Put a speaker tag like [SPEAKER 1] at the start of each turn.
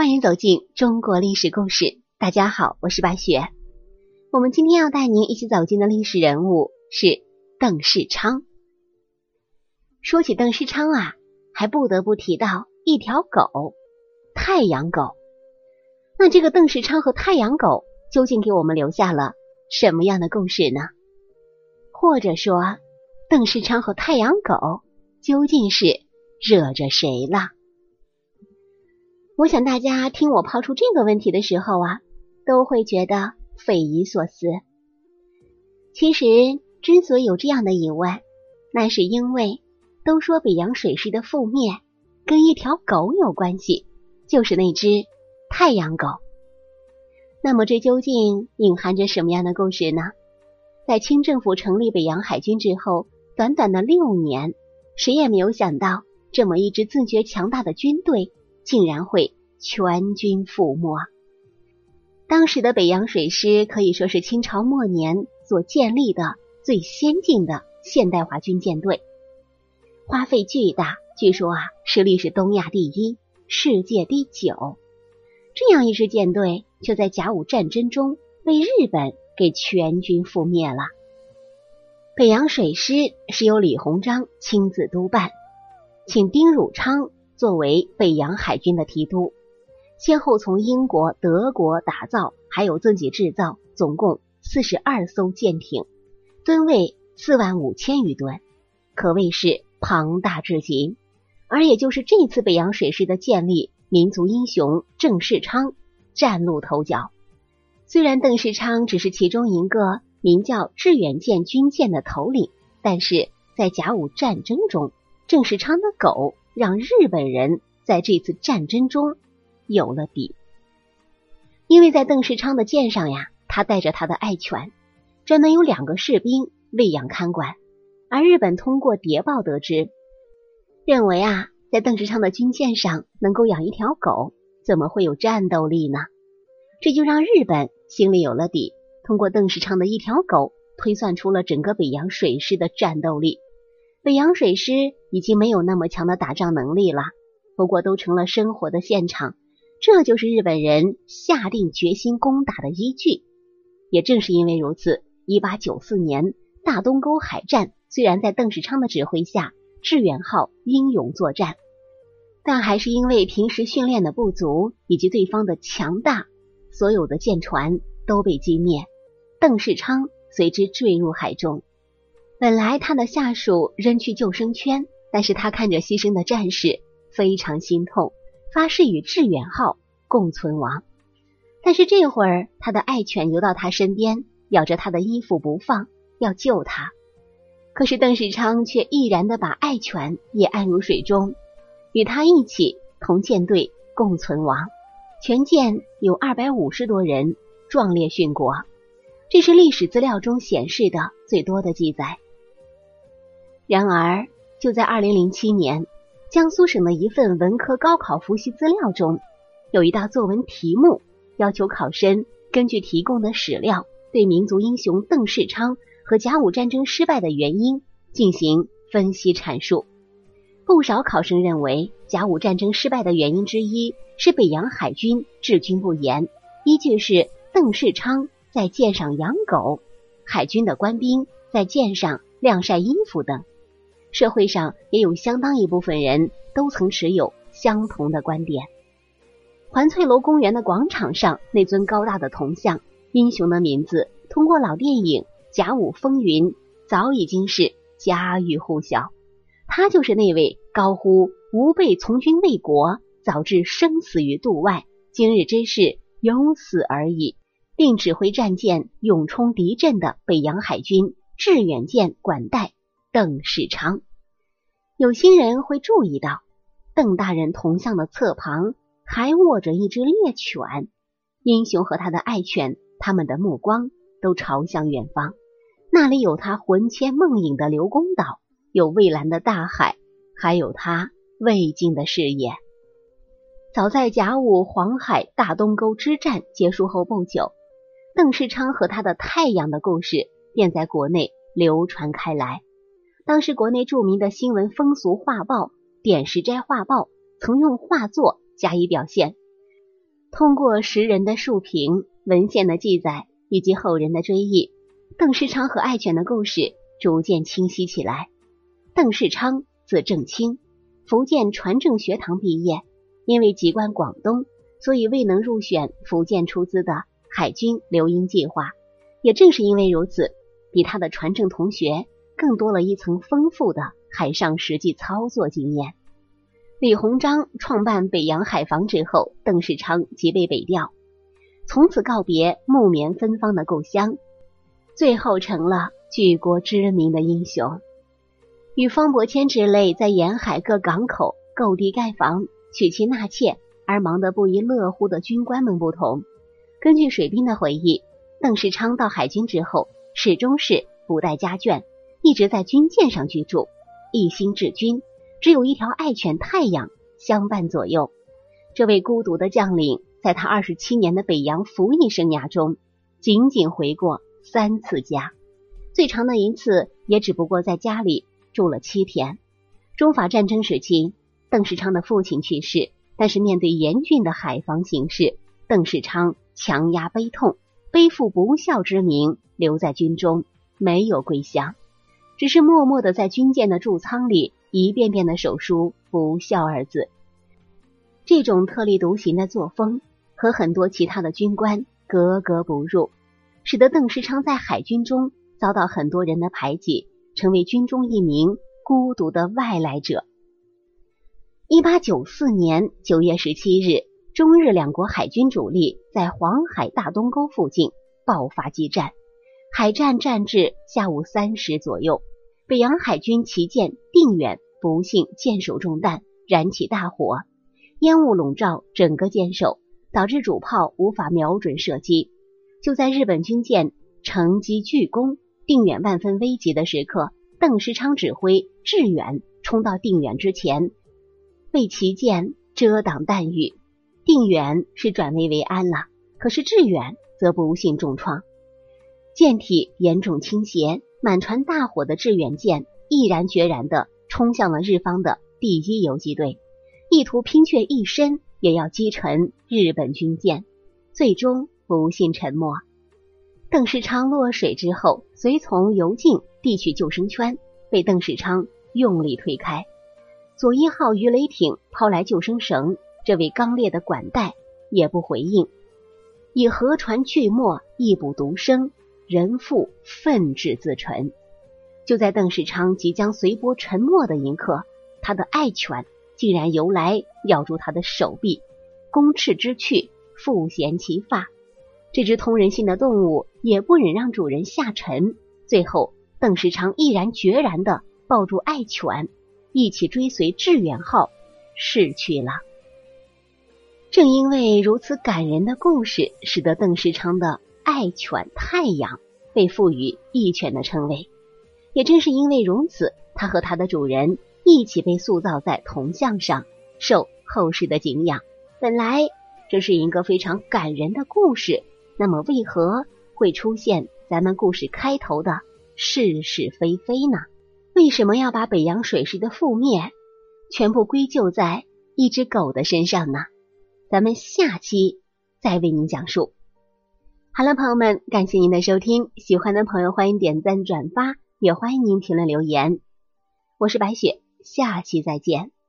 [SPEAKER 1] 欢迎走进中国历史故事。大家好，我是白雪。我们今天要带您一起走进的历史人物是邓世昌。说起邓世昌啊，还不得不提到一条狗，太阳狗。那这个邓世昌和太阳狗究竟给我们留下了什么样的故事呢？或者说，邓世昌和太阳狗究竟是惹着谁了？我想大家听我抛出这个问题的时候啊，都会觉得匪夷所思。其实之所以有这样的疑问，那是因为都说北洋水师的覆灭跟一条狗有关系，就是那只太阳狗。那么这究竟隐含着什么样的故事呢？在清政府成立北洋海军之后，短短的6年，谁也没有想到这么一支自觉强大的军队竟然会全军覆没。当时的北洋水师可以说是清朝末年所建立的最先进的现代化军舰队，花费巨大，据说实力是东亚第一，世界第9。这样一支舰队却在甲午战争中被日本给全军覆灭了。北洋水师是由李鸿章亲自督办，请丁汝昌作为北洋海军的提督，先后从英国、德国打造，还有自己制造，总共42艘舰艇，吨位45000余吨，可谓是庞大至极。而也就是这次北洋水师的建立，民族英雄郑世昌崭露头角。虽然邓世昌只是其中一个名叫致远舰军舰的头领，但是在甲午战争中，郑世昌的狗让日本人在这次战争中有了底。因为在邓世昌的舰上呀，他带着他的爱犬，专门有2个士兵喂养看管。而日本通过谍报得知，认为在邓世昌的军舰上能够养一条狗，怎么会有战斗力呢？这就让日本心里有了底，通过邓世昌的一条狗推算出了整个北洋水师的战斗力。北洋水师已经没有那么强的打仗能力了，不过都成了生活的现场，这就是日本人下定决心攻打的依据。也正是因为如此，1894年大东沟海战虽然在邓世昌的指挥下，致远号英勇作战，但还是因为平时训练的不足以及对方的强大，所有的舰船都被击灭，邓世昌随之坠入海中。本来他的下属扔去救生圈，但是他看着牺牲的战士非常心痛，发誓与致远号共存亡。但是这会儿他的爱犬游到他身边，咬着他的衣服不放，要救他。可是邓世昌却毅然地把爱犬也按入水中，与他一起同舰队共存亡。全舰有250多人壮烈殉国，这是历史资料中显示的最多的记载。然而就在2007年，江苏省的一份文科高考复习资料中，有一道作文题目要求考生根据提供的史料，对民族英雄邓世昌和甲午战争失败的原因进行分析阐述。不少考生认为，甲午战争失败的原因之一是北洋海军治军不严，依据是邓世昌在舰上养狗，海军的官兵在舰上晾晒衣服等。社会上也有相当一部分人都曾持有相同的观点。环翠楼公园的广场上那尊高大的铜像，英雄的名字通过老电影《甲午风云》早已经是家喻户晓。他就是那位高呼吾辈从军为国，早知生死于度外，今日之事有死而已，并指挥战舰勇冲敌阵的北洋海军致远舰管带邓世昌。有心人会注意到，邓大人铜像的侧旁还握着一只猎犬，英雄和他的爱犬，他们的目光都朝向远方，那里有他魂牵梦萦的刘公岛，有蔚蓝的大海，还有他未尽的事业。早在甲午黄海大东沟之战结束后不久，邓世昌和他的太阳的故事便在国内流传开来。当时国内著名的新闻风俗画报《点石斋画报》曾用画作加以表现。 通过时人的述评、文献的记载以及后人的追忆，邓世昌和爱犬的故事逐渐清晰起来。邓世昌字正清，福建传政学堂毕业，因为籍贯广东，所以未能入选福建出资的海军留英计划。也正是因为如此，比他的传政同学更多了一层丰富的海上实际操作经验。李鸿章创办北洋海防之后，邓世昌即被北调，从此告别木棉芬芳的故乡，最后成了举国知名的英雄。与方伯谦之类在沿海各港口购地盖房、娶妻纳妾而忙得不亦乐乎的军官们不同，根据水兵的回忆，邓世昌到海军之后，始终是不带家眷，一直在军舰上居住，一心治军，只有一条爱犬太阳相伴左右。这位孤独的将领在他27年的北洋服役生涯中，仅仅回过3次家，最长的一次也只不过在家里住了7天。中法战争时期，邓世昌的父亲去世，但是面对严峻的海防形势，邓世昌强压悲痛，背负不孝之名，留在军中，没有归乡，只是默默地在军舰的贮仓里一遍遍地手书不孝二字。这种特立独行的作风和很多其他的军官格格不入，使得邓世昌在海军中遭到很多人的排挤，成为军中一名孤独的外来者。1894年9月17日，中日两国海军主力在黄海大东沟附近爆发激战，海战战至下午3时左右，北洋海军旗舰定远不幸舰首中弹，燃起大火，烟雾笼罩整个舰首，导致主炮无法瞄准射击。就在日本军舰乘机拒攻，定远万分危急的时刻，邓世昌指挥致远冲到定远之前，为旗舰遮挡弹雨。定远是转危为安了，可是致远则不幸重创，舰体严重倾斜，满船大火的致远舰毅然决然地冲向了日方的第1游击队，意图拼却一身也要击沉日本军舰，最终不幸沉没。邓世昌落水之后，随从游进递取救生圈，被邓世昌用力推开。左1号鱼雷艇抛来救生绳，这位刚烈的管带也不回应，以河船巨没，一卜独生，人负愤志自沉。就在邓世昌即将随波沉没的一刻，他的爱犬竟然游来咬住他的手臂，公翅之去，复衔其发。这只通人性的动物也不忍让主人下沉，最后邓世昌毅然决然地抱住爱犬，一起追随致远号逝去了。正因为如此感人的故事，使得邓世昌的爱犬太阳被赋予义犬的称谓。也正是因为如此，他和他的主人一起被塑造在铜像上，受后世的敬仰。本来这是一个非常感人的故事，那么为何会出现咱们故事开头的是是非非呢？为什么要把北洋水师的覆灭全部归咎在一只狗的身上呢？咱们下期再为您讲述。好了，朋友们，感谢您的收听，喜欢的朋友欢迎点赞转发，也欢迎您评论留言。我是白雪，下期再见。